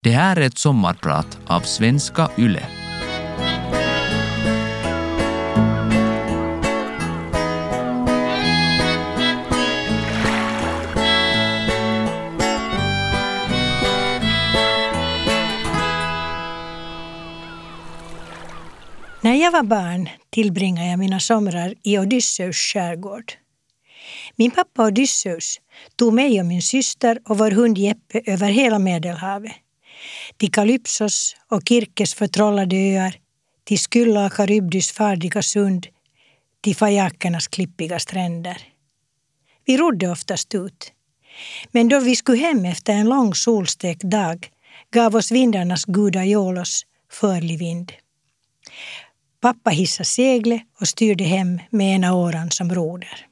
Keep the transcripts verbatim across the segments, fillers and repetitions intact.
Det här är ett sommarprat av Svenska Yle. När jag var barn tillbringade jag mina somrar i Odysseus skärgård. Min pappa Odysseus tog mig och min syster och vår hund Jeppe över hela Medelhavet. Till Kalypsos och Kirkes förtrollade öar, till Skylla och Karybdys fardiga sund, till Fajakernas klippiga stränder. Vi rodde oftast ut. Men då vi skulle hem efter en lång solstekt dag gav oss vindarnas guda Jolos förlig vind. Pappa hissade seglet och styrde hem med ena åran som roder.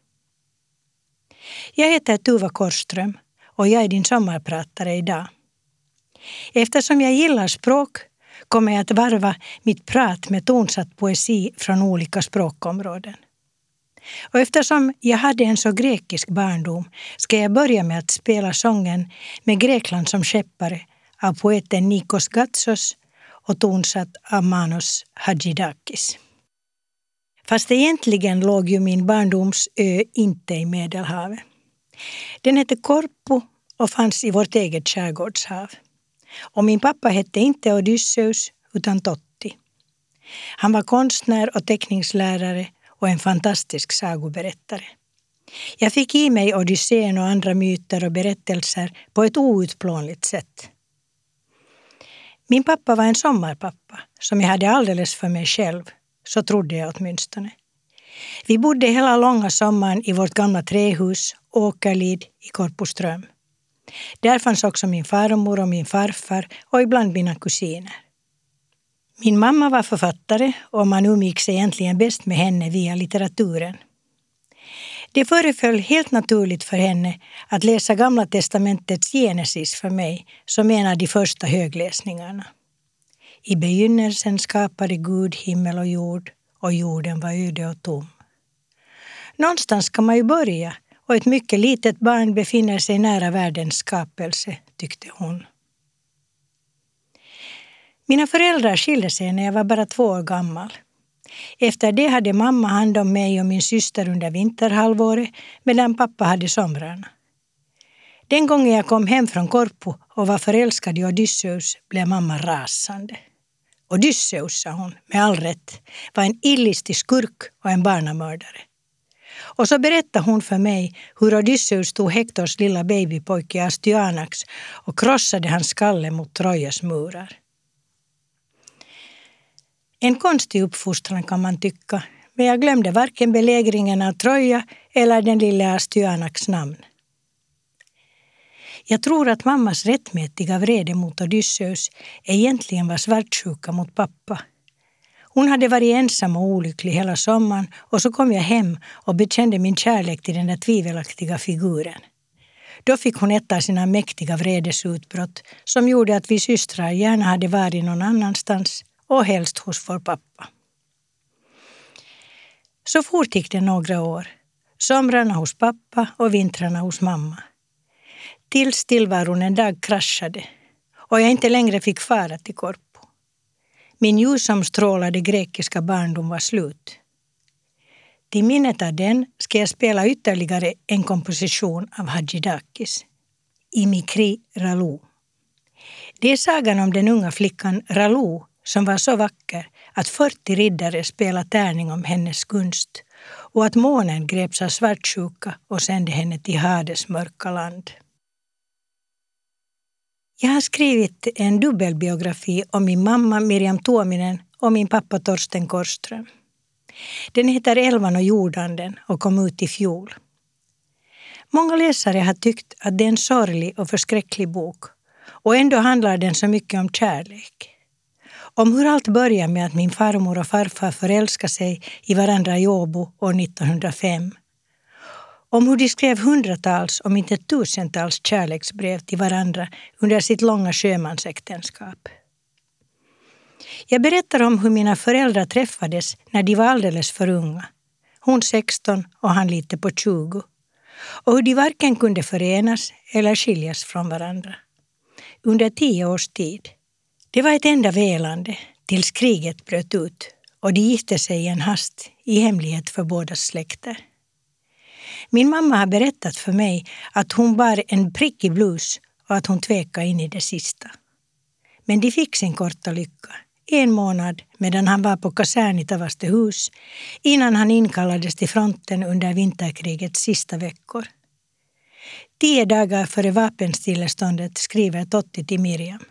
Jag heter Tuva Korström och jag är din sommarpratare idag. Eftersom jag gillar språk kommer jag att varva mitt prat med tonsatt poesi från olika språkområden. Och eftersom jag hade en så grekisk barndom ska jag börja med att spela sången Med Grekland som skeppare av poeten Nikos Gatsos och tonsatt av Manos Hadjidakis. Fast egentligen låg ju min barndoms ö inte i Medelhavet. Den hette Korpu och fanns i vårt eget skärgårdshav. Och min pappa hette inte Odysseus utan Totti. Han var konstnär och teckningslärare och en fantastisk sagoberättare. Jag fick i mig Odysseen och andra myter och berättelser på ett outplånligt sätt. Min pappa var en sommarpappa som jag hade alldeles för mig själv, så trodde jag åtminstone. Vi bodde hela långa sommaren i vårt gamla trähus Åkerlid i Korpuström. Där fanns också min farmor och min farfar och ibland mina kusiner. Min mamma var författare och man umgicks egentligen bäst med henne via litteraturen. Det föreföll helt naturligt för henne att läsa Gamla testamentets Genesis för mig som en av de första högläsningarna. I begynnelsen skapade Gud himmel och jord och jorden var öde och tom. Någonstans ska man ju börja och ett mycket litet barn befinner sig nära världens skapelse, tyckte hon. Mina föräldrar skilde sig när jag var bara två år gammal. Efter det hade mamma hand om mig och min syster under vinterhalvåret medan pappa hade somrarna. Den gången jag kom hem från Korpu och var förälskad i Odysseus blev mamma rasande. Odysseus, sa hon, med all rätt, var en illistig skurk och en barnamördare. Och så berättade hon för mig hur Odysseus tog Hektors lilla babypojke Astyanax och krossade hans skalle mot Trojas murar. En konstig uppfostran kan man tycka, men jag glömde varken belägringen av Troja eller den lilla Astyanax namn. Jag tror att mammas rättmätiga vrede mot Odysseus egentligen var svartsjuka mot pappa. Hon hade varit ensam och olycklig hela sommaren och så kom jag hem och bekände min kärlek till den där tvivelaktiga figuren. Då fick hon ett av sina mäktiga vredesutbrott som gjorde att vi systrar gärna hade varit någon annanstans och helst hos vår pappa. Så fort gick det några år. Somrarna hos pappa och vintrarna hos mamma. Tills tillvaron en dag kraschade och jag inte längre fick fara till Korpu. Min ljusomstrålade grekiska barndom var slut. Till minnet av den ska jag spela ytterligare en komposition av Hadjidakis, Imikri Ralu. Det är sagan om den unga flickan Ralu som var så vacker att fyrtio riddare spelade tärning om hennes gunst och att månen greps av svartsjuka och sände henne till Hades mörka land. Jag har skrivit en dubbelbiografi om min mamma Miriam Tuominen och min pappa Torsten Korström. Den heter Älvan och jordanden och kom ut i fjol. Många läsare har tyckt att det är en sorglig och förskräcklig bok och ändå handlar den så mycket om kärlek. Om hur allt börjar med att min farmor och farfar förälskade sig i varandra i Åbo år nittonhundrafem. Om hur de skrev hundratals, om inte tusentals kärleksbrev till varandra under sitt långa sjömansäktenskap. Jag berättar om hur mina föräldrar träffades när de var alldeles för unga. Hon sexton och han lite på tjugo. Och hur de varken kunde förenas eller skiljas från varandra. under tio års tid. Det var ett enda velande tills kriget bröt ut och de gifte sig i en hast i hemlighet för båda släkter. Min mamma har berättat för mig att hon bar en prickig blus och att hon tvekade in i det sista. Men de fick sin korta lycka. En månad medan han var på kasern i Tavastehus innan han inkallades till fronten under vinterkrigets sista veckor. Tio dagar före vapenstilleståndet skriver Totti till Miriam.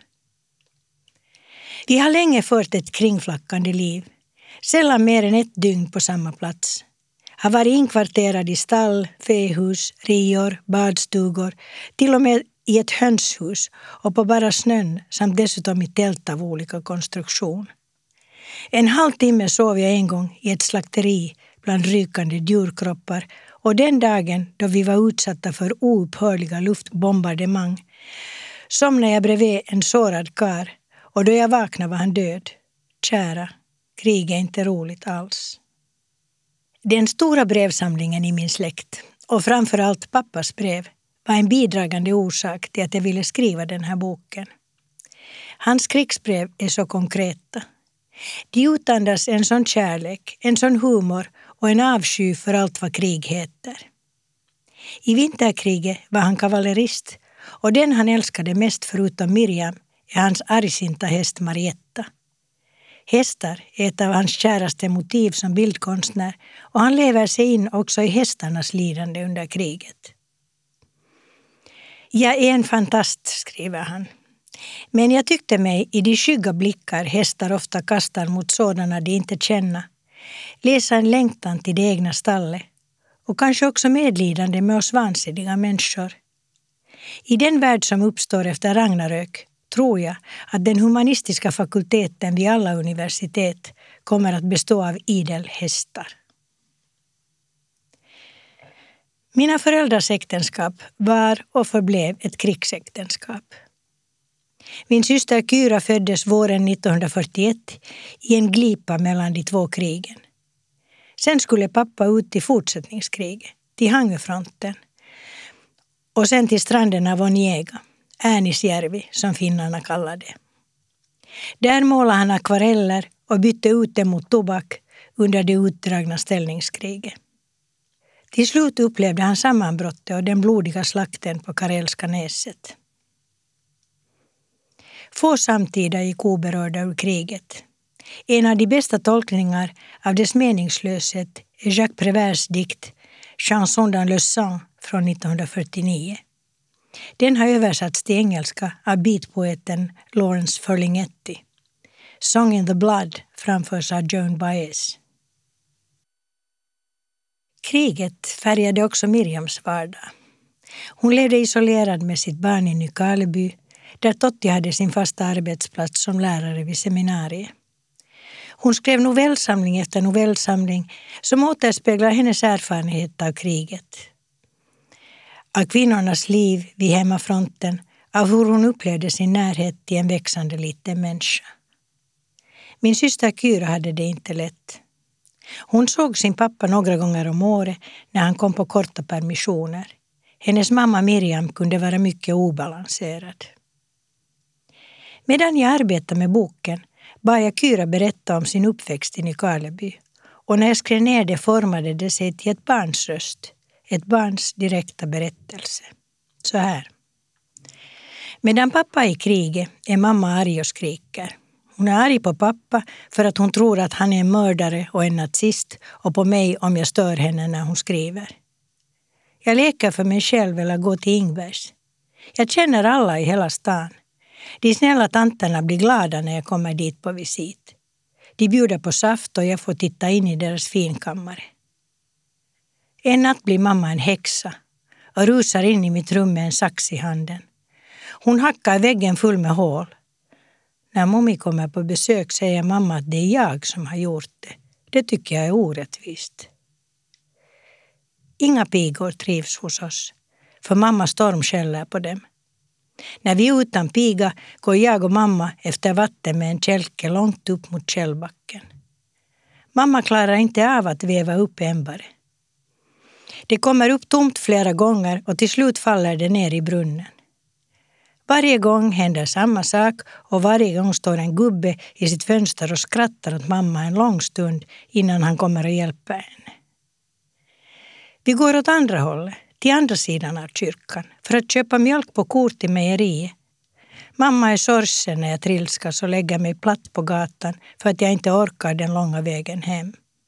Vi har länge fört ett kringflackande liv. Sällan mer än ett dygn på samma plats. Har varit inkvarterad i stall, fähus, rior, badstugor, till och med i ett hönshus och på bara snön samt dessutom i tält av olika konstruktion. En halvtimme sov jag en gång i ett slakteri bland rykande djurkroppar och den dagen då vi var utsatta för oupphörliga luftbombardemang somnade jag bredvid en sårad kar och då jag vaknade var han död. Kära, krig är inte roligt alls. Den stora brevsamlingen i min släkt och framförallt pappas brev var en bidragande orsak till att jag ville skriva den här boken. Hans krigsbrev är så konkreta. De utandas en sån kärlek, en sån humor och en avsky för allt vad krig heter. I vinterkriget var han kavallerist och den han älskade mest förutom Miriam är hans argsinta häst Marietta. Hästar är ett av hans käraste motiv som bildkonstnär och han lever sig in också i hästarnas lidande under kriget. Jag är en fantast, skriver han. Men jag tyckte mig i de skygga blickar hästar ofta kastar mot sådana de inte känner, läsa en längtan till det egna stallet och kanske också medlidande med oss vansinniga människor. I den värld som uppstår efter Ragnarök tror jag att den humanistiska fakulteten vid alla universitet kommer att bestå av idel hästar. Mina föräldrars äktenskap var och förblev ett krigsäktenskap. Min syster Kyra föddes våren nittonhundrafyrtioett i en glipa mellan de två krigen. Sen skulle pappa ut till fortsättningskriget, till Hangöfronten och sen till stranden av Oniega, Äänisjärvi som finnarna kallade det. Där målade han akvareller och bytte ut dem mot tobak under det utdragna ställningskriget. Till slut upplevde han sammanbrottet och den blodiga slakten på Karelska näset. Få samtida gick oberörda ur kriget. En av de bästa tolkningar av dess meningslöshet är Jacques Préverts dikt Chanson dans le sang från nittonhundrafyrtionio. Den har översatts till engelska av beatpoeten Lawrence Ferlinghetti. Song in the Blood framförs av Joan Baez. Kriget färgade också Miriams vardag. Hon levde isolerad med sitt barn i Nykarleby, där Totti hade sin fasta arbetsplats som lärare vid seminariet. Hon skrev novellsamling efter novellsamling som återspeglar hennes erfarenhet av kriget. Av kvinnornas liv vid hemmafronten, av hur hon upplevde sin närhet till en växande liten människa. Min syster Kyra hade det inte lätt. Hon såg sin pappa några gånger om året när han kom på korta permissioner. Hennes mamma Miriam kunde vara mycket obalanserad. Medan jag arbetade med boken bad jag Kyra berätta om sin uppväxt i Nykarleby. Och när jag skrev ner det formade det sig till ett barns röst. Ett barns direkta berättelse. Så här. Medan pappa är i kriget är mamma arg och skriker. Hon är arg på pappa för att hon tror att han är en mördare och en nazist och på mig om jag stör henne när hon skriver. Jag leker för mig själv eller går till Ingbergs. Jag känner alla i hela stan. De snälla tanterna blir glada när jag kommer dit på visit. De bjuder på saft och jag får titta in i deras finkammare. En natt blir mamma en häxa och rusar in i mitt rum med en sax i handen. Hon hackar väggen full med hål. När mommi kommer på besök säger mamma att det är jag som har gjort det. Det tycker jag är orättvist. Inga pigor trivs hos oss, för mamma Storm skäller på dem. När vi är utan piga går jag och mamma efter vatten med en kälke långt upp mot källbacken. Mamma klarar inte av att väva upp ämbare. Det kommer upp tomt flera gånger och till slut faller det ner i brunnen. Varje gång händer samma sak och varje gång står en gubbe i sitt fönster och skrattar åt mamma en lång stund innan han kommer och hjälper henne. Vi går åt andra hållet, till andra sidan av kyrkan, för att köpa mjölk på kort till mejeriet. Mamma är sorgsen när jag trilskas och lägger mig platt på gatan för att jag inte orkar den långa vägen hem.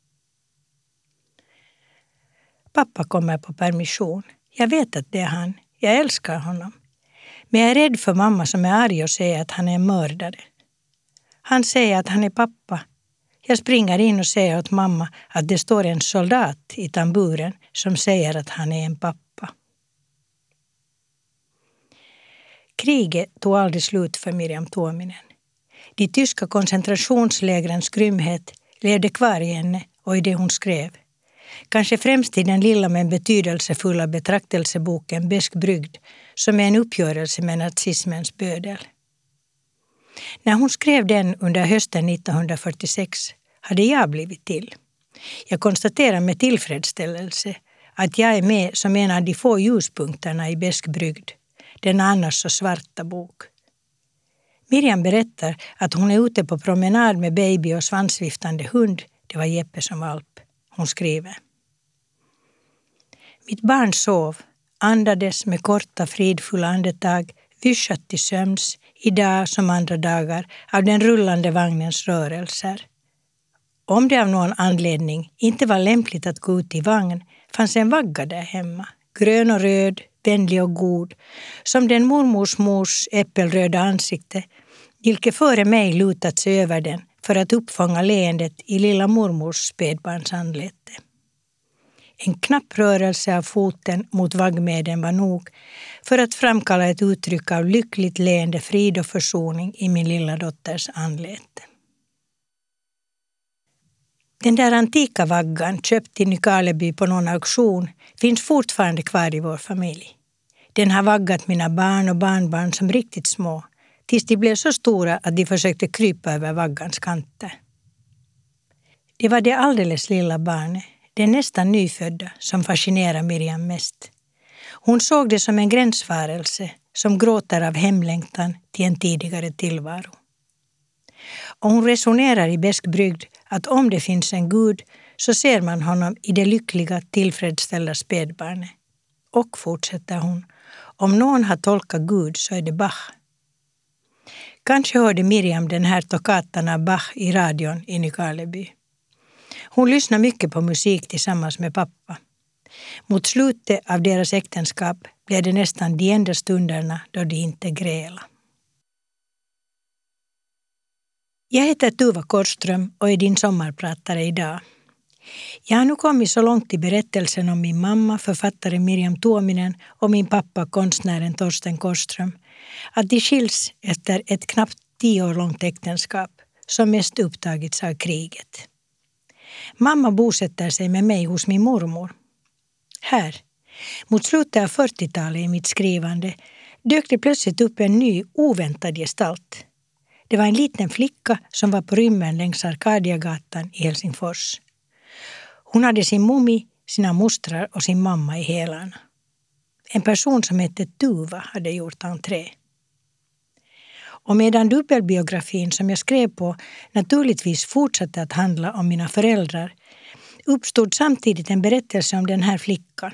Pappa kommer på permission. Jag vet att det är han. Jag älskar honom. Men jag är rädd för mamma som är arg och säger att han är en mördare. Han säger att han är pappa. Jag springer in och säger åt mamma att det står en soldat i tamburen som säger att han är en pappa. Kriget tog aldrig slut för Miriam Tuominen. De tyska koncentrationslägrens grymhet levde kvar i henne och i det hon skrev. Kanske främst i den lilla men betydelsefulla betraktelseboken Besk brygd, som är en uppgörelse med nazismens bödel. När hon skrev den under hösten nittonhundrafyrtiosex hade jag blivit till. Jag konstaterar med tillfredsställelse att jag är med som en av de få ljuspunkterna i Besk brygd, den annars så svarta bok. Miriam berättar att hon är ute på promenad med baby och svansviftande hund. Det var Jeppe som valp. Hon skriver: Mitt barn sov, andades med korta fridfulla andetag, vyschat till sömns, idag som andra dagar, av den rullande vagnens rörelser. Om det av någon anledning inte var lämpligt att gå ut i vagn fanns en vagga där hemma, grön och röd, vänlig och god, som den mormors mors äppelröda ansikte, vilket före mig lutat sig över den för att uppfånga leendet i lilla mormors spädbarns anlete. En knapp rörelse av foten mot vaggmeden var nog för att framkalla ett uttryck av lyckligt leende frid och försoning i min lilla dotters anlete. Den där antika vaggan, köpt i Nykarleby på någon auktion, finns fortfarande kvar i vår familj. Den har vaggat mina barn och barnbarn som riktigt små, tills de blev så stora att de försökte krypa över vaggans kanter. Det var det alldeles lilla barnet, den nästan nyfödda, som fascinerar Miriam mest. Hon såg det som en gränsvarelse som gråter av hemlängtan till en tidigare tillvaro. Och hon resonerar i Besk brygd att om det finns en Gud så ser man honom i det lyckliga, tillfredsställda spädbarnet. Och, fortsätter hon, om någon har tolkat Gud så är det Bach. Kanske hörde Miriam den här toccatan av Bach i radion i Nykarleby. Hon lyssnar mycket på musik tillsammans med pappa. Mot slutet av deras äktenskap blev det nästan de enda stunderna då de inte grälade. Jag heter Tuva Korström och är din sommarpratare idag. Jag har nu kommit så långt i berättelsen om min mamma, författare Miriam Tuominen, och min pappa, konstnären Torsten Korström, att de skiljs efter ett knappt tio år långt äktenskap som mest upptagits av kriget. Mamma bosätter sig med mig hos min mormor. Här, mot slutet av fyrtiotalet i mitt skrivande, dök det plötsligt upp en ny oväntad gestalt. Det var en liten flicka som var på rymmen längs Arkadiagatan i Helsingfors. Hon hade sin mummi, sina mostrar och sin mamma i hälarna. En person som hette Tuva hade gjort entré. Och medan dubbelbiografin som jag skrev på naturligtvis fortsatte att handla om mina föräldrar, uppstod samtidigt en berättelse om den här flickan.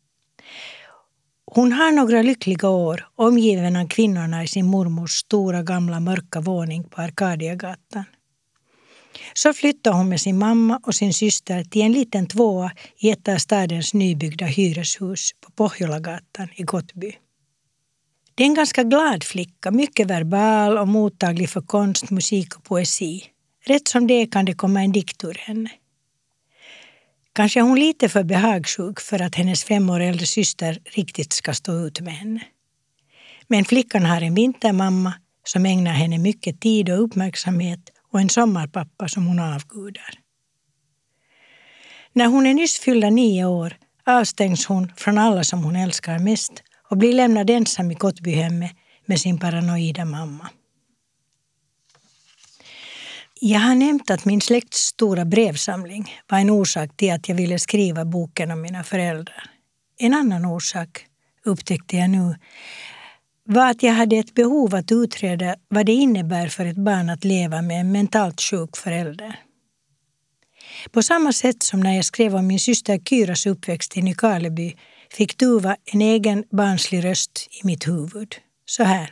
Hon har några lyckliga år omgiven av kvinnorna i sin mormors stora gamla mörka våning på Arkadiagatan. Så flyttade hon med sin mamma och sin syster till en liten tvåa i ett av stadens nybyggda hyreshus på Pohjolagatan i Gottby. Det är en ganska glad flicka, mycket verbal och mottaglig för konst, musik och poesi. Rätt som det kan det komma en dikt ur henne. Kanske är hon lite för behagsjuk för att hennes fem år äldre syster riktigt ska stå ut med henne. Men flickan har en vintermamma som ägnar henne mycket tid och uppmärksamhet och en sommarpappa som hon avgudar. När hon är nyss fyllda nio år avstängs hon från alla som hon älskar mest och blir lämnad ensam i Gottbyhemmet med sin paranoida mamma. Jag har nämnt att min släkts stora brevsamling var en orsak till att jag ville skriva boken om mina föräldrar. En annan orsak, upptäckte jag nu, var att jag hade ett behov att utreda vad det innebär för ett barn att leva med en mentalt sjuk förälder. På samma sätt som när jag skrev om min syster Kyras uppväxt i Nykarleby fick Tuva en egen barnslig röst i mitt huvud. Så här.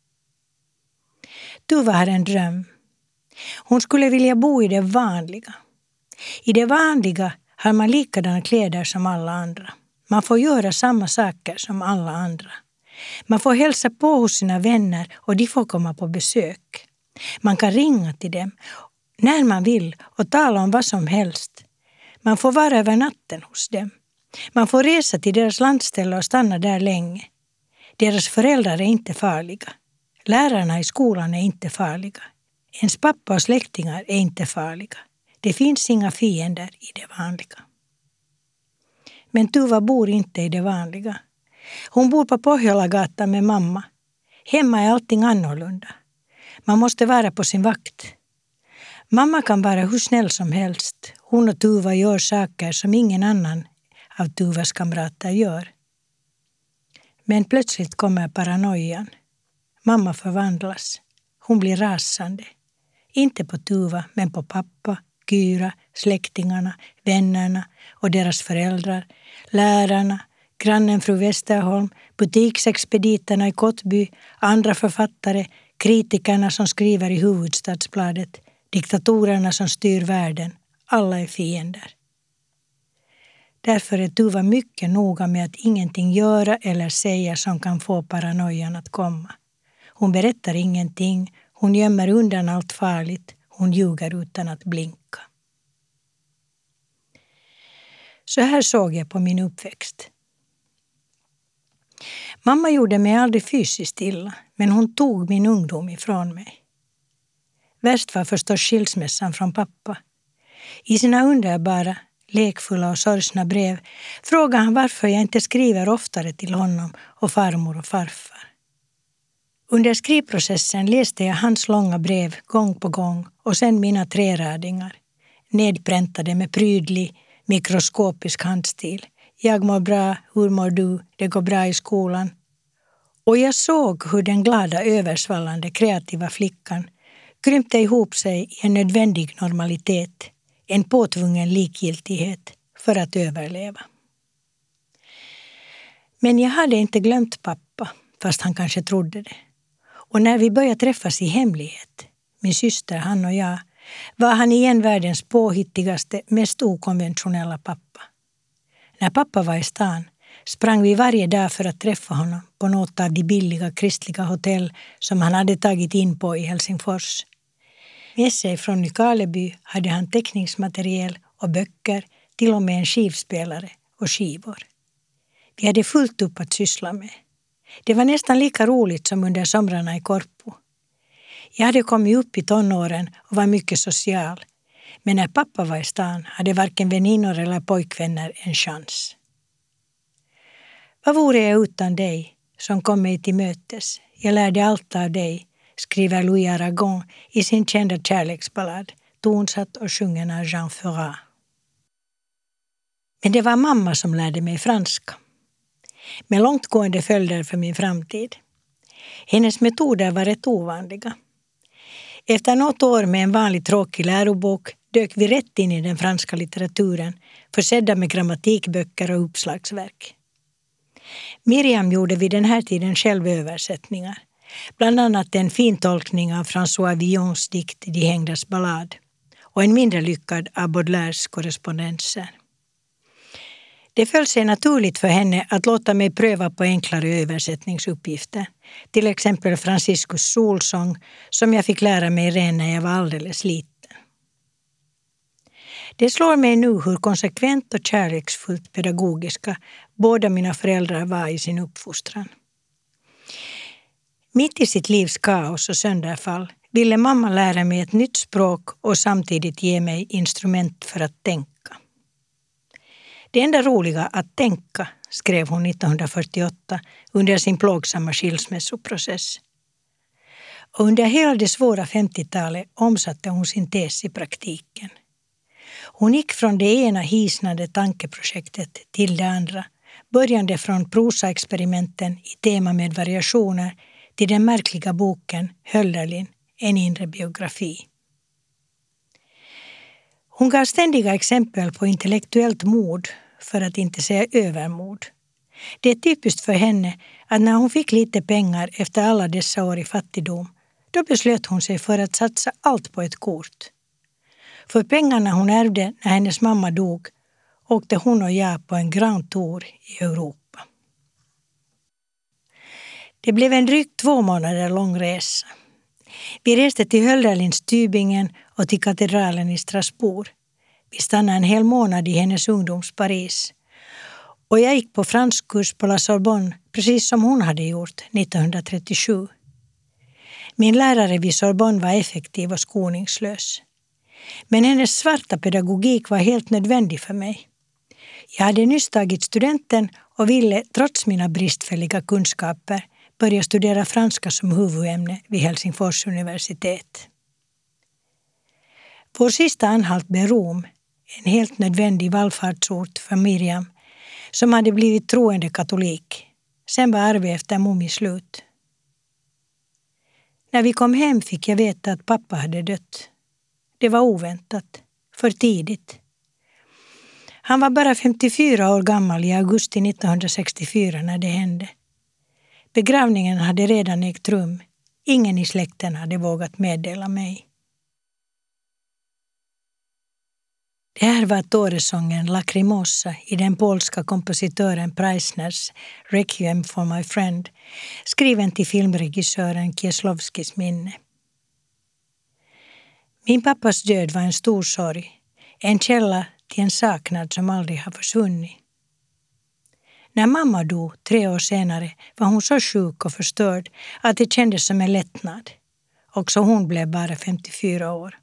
Tuva har en dröm. Hon skulle vilja bo i det vanliga. I det vanliga har man likadana kläder som alla andra. Man får göra samma saker som alla andra. Man får hälsa på hos sina vänner och de får komma på besök. Man kan ringa till dem när man vill och tala om vad som helst. Man får vara över natten hos dem. Man får resa till deras landställe och stanna där länge. Deras föräldrar är inte farliga. Lärarna i skolan är inte farliga. Ens pappa och släktingar är inte farliga. Det finns inga fiender i det vanliga. Men Tuva bor inte i det vanliga. Hon bor på Pohjolagatan med mamma. Hemma är allting annorlunda. Man måste vara på sin vakt. Mamma kan vara hur snäll som helst. Hon och Tuva gör saker som ingen annan av Tuvas kamrater gör. Men plötsligt kommer paranoian. Mamma förvandlas. Hon blir rasande. Inte på Tuva, men på pappa, Kyra, släktingarna, vännerna och deras föräldrar, lärarna, grannen fru Westerholm, butiksexpediterna i Kottby, andra författare, kritikerna som skriver i Hufvudstadsbladet, diktatorerna som styr världen. Alla är fiender. Därför är Tuva mycket noga med att ingenting göra eller säga som kan få paranoian att komma. Hon berättar ingenting, hon gömmer undan allt farligt, hon ljuger utan att blinka. Så här såg jag på min uppväxt. Mamma gjorde mig aldrig fysiskt illa, men hon tog min ungdom ifrån mig. Värst var förstås skilsmässan från pappa. I sina underbara, lekfulla och sorgsna brev frågade han varför jag inte skriver oftare till honom och farmor och farfar. Under skrivprocessen läste jag hans långa brev gång på gång och sen mina trerädingar, nedpräntade med prydlig, mikroskopisk handstil. Jag mår bra, hur mår du, det går bra i skolan. Och jag såg hur den glada, översvallande, kreativa flickan krympte ihop sig i en nödvändig normalitet, en påtvungen likgiltighet för att överleva. Men jag hade inte glömt pappa, fast han kanske trodde det. Och när vi började träffas i hemlighet, min syster, han och jag, var han igen världens påhittigaste, mest okonventionella pappa. När pappa var i stan sprang vi varje dag för att träffa honom på något av de billiga kristliga hotell som han hade tagit in på i Helsingfors. Med sig från Nykarleby hade han teckningsmaterial och böcker, till och med en skivspelare och skivor. Vi hade fullt upp att syssla med. Det var nästan lika roligt som under somrarna i Korpo. Jag hade kommit upp i tonåren och var mycket social. Men när pappa var i stan hade varken väninnor eller pojkvänner en chans. Vad vore jag utan dig som kom mig till mötes? Jag lärde allt av dig, skriver Louis Aragon i sin kända kärleksballad, tonsatt och sjungen av Jean Ferrat. Men det var mamma som lärde mig franska. Med långtgående följder för min framtid. Hennes metoder var rätt ovanliga. Efter något år med en vanlig tråkig lärobok dök vi rätt in i den franska litteraturen, försedda med grammatikböcker och uppslagsverk. Miriam gjorde vid den här tiden själv översättningar, bland annat en fin tolkning av François Villons dikt De hängdas ballad och en mindre lyckad av Baudelaires korrespondenser. Det föll sig naturligt för henne att låta mig pröva på enklare översättningsuppgifter, till exempel Franciscus solsång som jag fick lära mig redan när jag var alldeles liten. Det slår mig nu hur konsekvent och kärleksfullt pedagogiska båda mina föräldrar var i sin uppfostran. Mitt i sitt livs kaos och sönderfall ville mamma lära mig ett nytt språk och samtidigt ge mig instrument för att tänka. Det enda roliga att tänka, skrev hon nittonhundrafyrtioåtta under sin plågsamma skilsmässoprocess. Och under hela det svåra femtiotalet omsatte hon sin tes i praktiken. Hon gick från det ena hisnande tankeprojektet till det andra, börjande från prosaexperimenten i tema med variationer till den märkliga boken Hölderlin, en inre biografi. Hon gav ständiga exempel på intellektuellt mod, för att inte säga övermod. Det är typiskt för henne att när hon fick lite pengar efter alla dessa år i fattigdom, då beslöt hon sig för att satsa allt på ett kort. För pengarna hon ärvde när hennes mamma dog åkte hon och jag på en Grand Tour i Europa. Det blev en drygt två månader lång resa. Vi reste till Hölderlins Tübingen och till katedralen i Strasbourg. Vi stannade en hel månad i hennes ungdoms Paris. Och jag gick på franskkurs på La Sorbonne, precis som hon hade gjort nittonhundratrettiosju. Min lärare vid Sorbonne var effektiv och skoningslös. Men hennes svarta pedagogik var helt nödvändig för mig. Jag hade nyss tagit studenten och ville, trots mina bristfälliga kunskaper, börja studera franska som huvudämne vid Helsingfors universitet. Vår sista anhalt blev Rom, en helt nödvändig vallfartsort för Miriam, som hade blivit troende katolik. Sen var arvet efter Mummi slut. När vi kom hem fick jag veta att pappa hade dött. Det var oväntat, för tidigt. Han var bara femtiofyra år gammal i augusti nittonhundrasextiofyra när det hände. Begravningen hade redan ägt rum. Ingen i släkten hade vågat meddela mig. Det här var Toresången Lacrimosa i den polska kompositören Preissners Requiem for my friend, skriven till filmregissören Kieslowskis minne. Min pappas död var en stor sorg, en källa till en saknad som aldrig har försvunnit. När mamma dog tre år senare var hon så sjuk och förstörd att det kändes som en lättnad. Också hon blev bara femtiofyra år.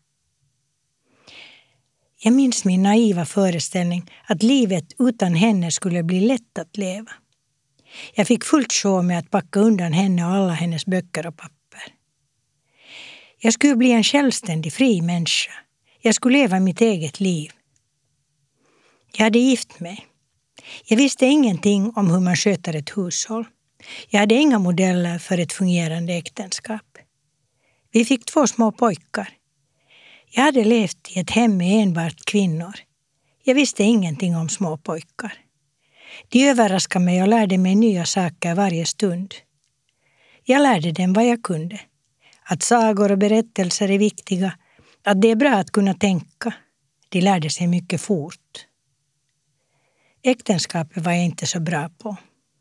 Jag minns min naiva föreställning att livet utan henne skulle bli lätt att leva. Jag fick fullt sjå med att packa undan henne och alla hennes böcker och papper. Jag skulle bli en självständig, fri människa. Jag skulle leva mitt eget liv. Jag hade gift mig. Jag visste ingenting om hur man sköter ett hushåll. Jag hade inga modeller för ett fungerande äktenskap. Vi fick två små pojkar. Jag hade levt i ett hem med enbart kvinnor. Jag visste ingenting om små pojkar. De överraskade mig och lärde mig nya saker varje stund. Jag lärde dem vad jag kunde. Att sagor och berättelser är viktiga. Att det är bra att kunna tänka. De lärde sig mycket fort. Äktenskapet var jag inte så bra på.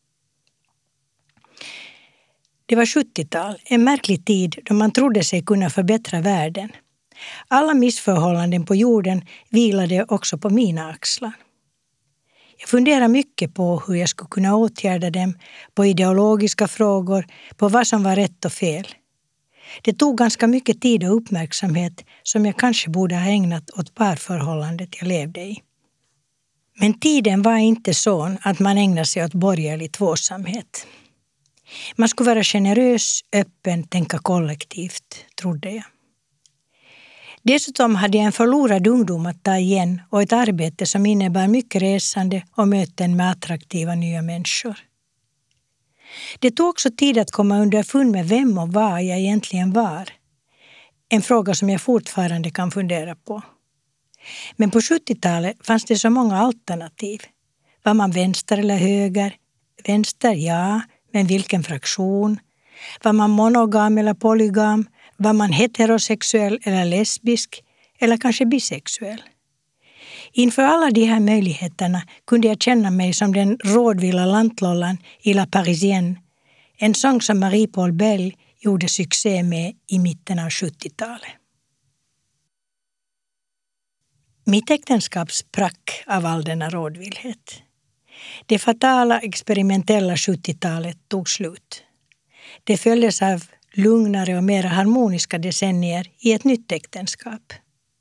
Det var sjuttiotal, en märklig tid då man trodde sig kunna förbättra världen. Alla missförhållanden på jorden vilade också på mina axlar. Jag funderade mycket på hur jag skulle kunna åtgärda dem, på ideologiska frågor, på vad som var rätt och fel. Det tog ganska mycket tid och uppmärksamhet som jag kanske borde ha ägnat åt parförhållandet jag levde i. Men tiden var inte sån att man ägnade sig åt borgerlig tvåsamhet. Man skulle vara generös, öppen, tänka kollektivt, trodde jag. Dessutom hade jag en förlorad ungdom att ta igen och ett arbete som innebar mycket resande och möten med attraktiva nya människor. Det tog också tid att komma underfund med vem och vad jag egentligen var. En fråga som jag fortfarande kan fundera på. Men på sjuttiotalet fanns det så många alternativ. Var man vänster eller höger? Vänster, ja, men vilken fraktion? Var man monogam eller polygam? Var man heterosexuell eller lesbisk? Eller kanske bisexuell? Inför alla de här möjligheterna kunde jag känna mig som den rådvilla lantlollan i La Parisienne. En sång som Marie-Paul Bell gjorde succé med i mitten av sjuttiotalet. Mitt äktenskap sprack av all denna rådvillhet. Det fatala experimentella sjuttiotalet tog slut. Det följdes av lugnare och mer harmoniska decennier i ett nytt äktenskap.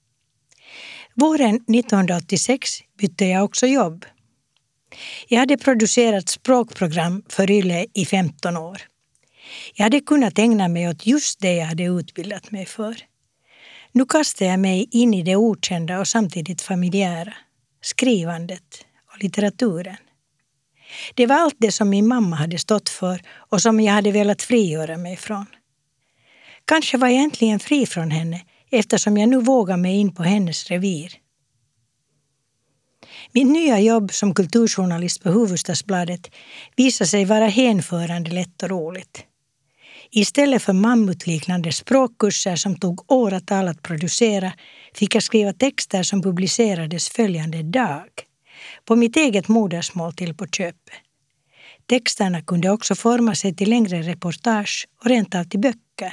Våren nittonhundraåttiosex bytte jag också jobb. Jag hade producerat språkprogram för Yle i femton år. Jag hade kunnat ägna mig åt just det jag hade utbildat mig för. Nu kastade jag mig in i det okända och samtidigt familjära, skrivandet och litteraturen. Det var allt det som min mamma hade stått för och som jag hade velat frigöra mig från. Kanske var jag äntligen fri från henne eftersom jag nu vågar mig in på hennes revir. Mitt nya jobb som kulturjournalist på Hufvudstadsbladet visade sig vara hänförande lätt och roligt. Istället för mammutliknande språkkurser som tog åratal att producera fick jag skriva texter som publicerades följande dag. På mitt eget modersmål till på köpet. Texterna kunde också forma sig till längre reportage och rent av till böcker.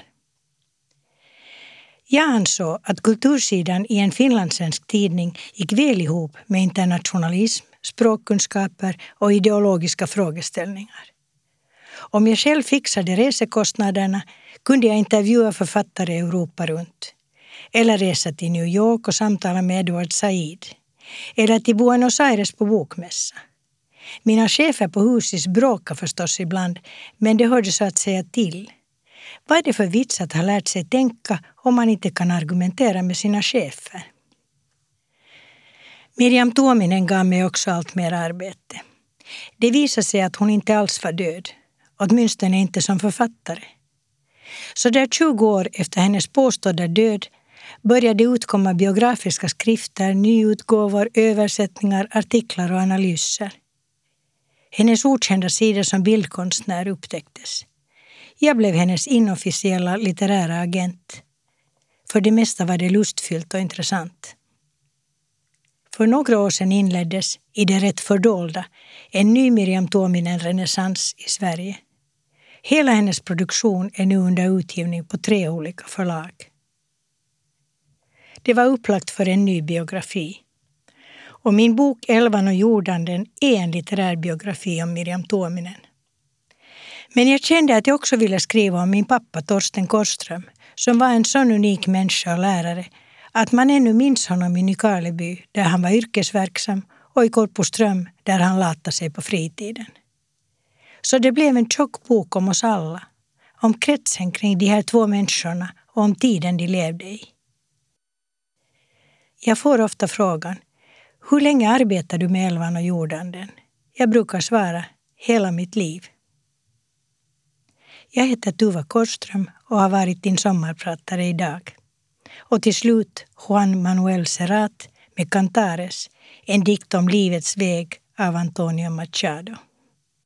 Jag ansåg att kultursidan i en finlandssvensk tidning gick väl ihop med internationalism, språkkunskaper och ideologiska frågeställningar. Om jag själv fixade resekostnaderna kunde jag intervjua författare Europa runt. Eller resa till New York och samtala med Edward Said. Eller till Buenos Aires på bokmässa. Mina chefer på Husis bråkar förstås ibland, men det hörde så att säga till. Vad är det för vits att ha lärt sig tänka om man inte kan argumentera med sina chefer? Miriam Tuominen gav mig också allt mer arbete. Det visade sig att hon inte alls var död, åtminstone inte som författare. Så där tjugo år efter hennes påstådda död började utkomma biografiska skrifter, nyutgåvor, översättningar, artiklar och analyser. Hennes okända sidor som bildkonstnär upptäcktes. Jag blev hennes inofficiella litterära agent. För det mesta var det lustfyllt och intressant. För några år sedan inleddes, i det rätt fördolda, en ny Miriam Tuominen-renässans i Sverige. Hela hennes produktion är nu under utgivning på tre olika förlag. Det var upplagt för en ny biografi. Och min bok Älvan och jordanden är en litterär biografi om Miriam Tuominen. Men jag kände att jag också ville skriva om min pappa Torsten Korström, som var en sån unik människa och lärare att man ännu minns honom i Nykarleby där han var yrkesverksam och i Korpoström där han latade sig på fritiden. Så det blev en tjock bok om oss alla, om kretsen kring de här två människorna och om tiden de levde i. Jag får ofta frågan, hur länge arbetar du med Älvan och jordanden? Jag brukar svara, hela mitt liv. Jag heter Tuva Korström och har varit din sommarpratare idag. Och till slut Juan Manuel Serrat med Cantares, en dikt om livets väg av Antonio Machado.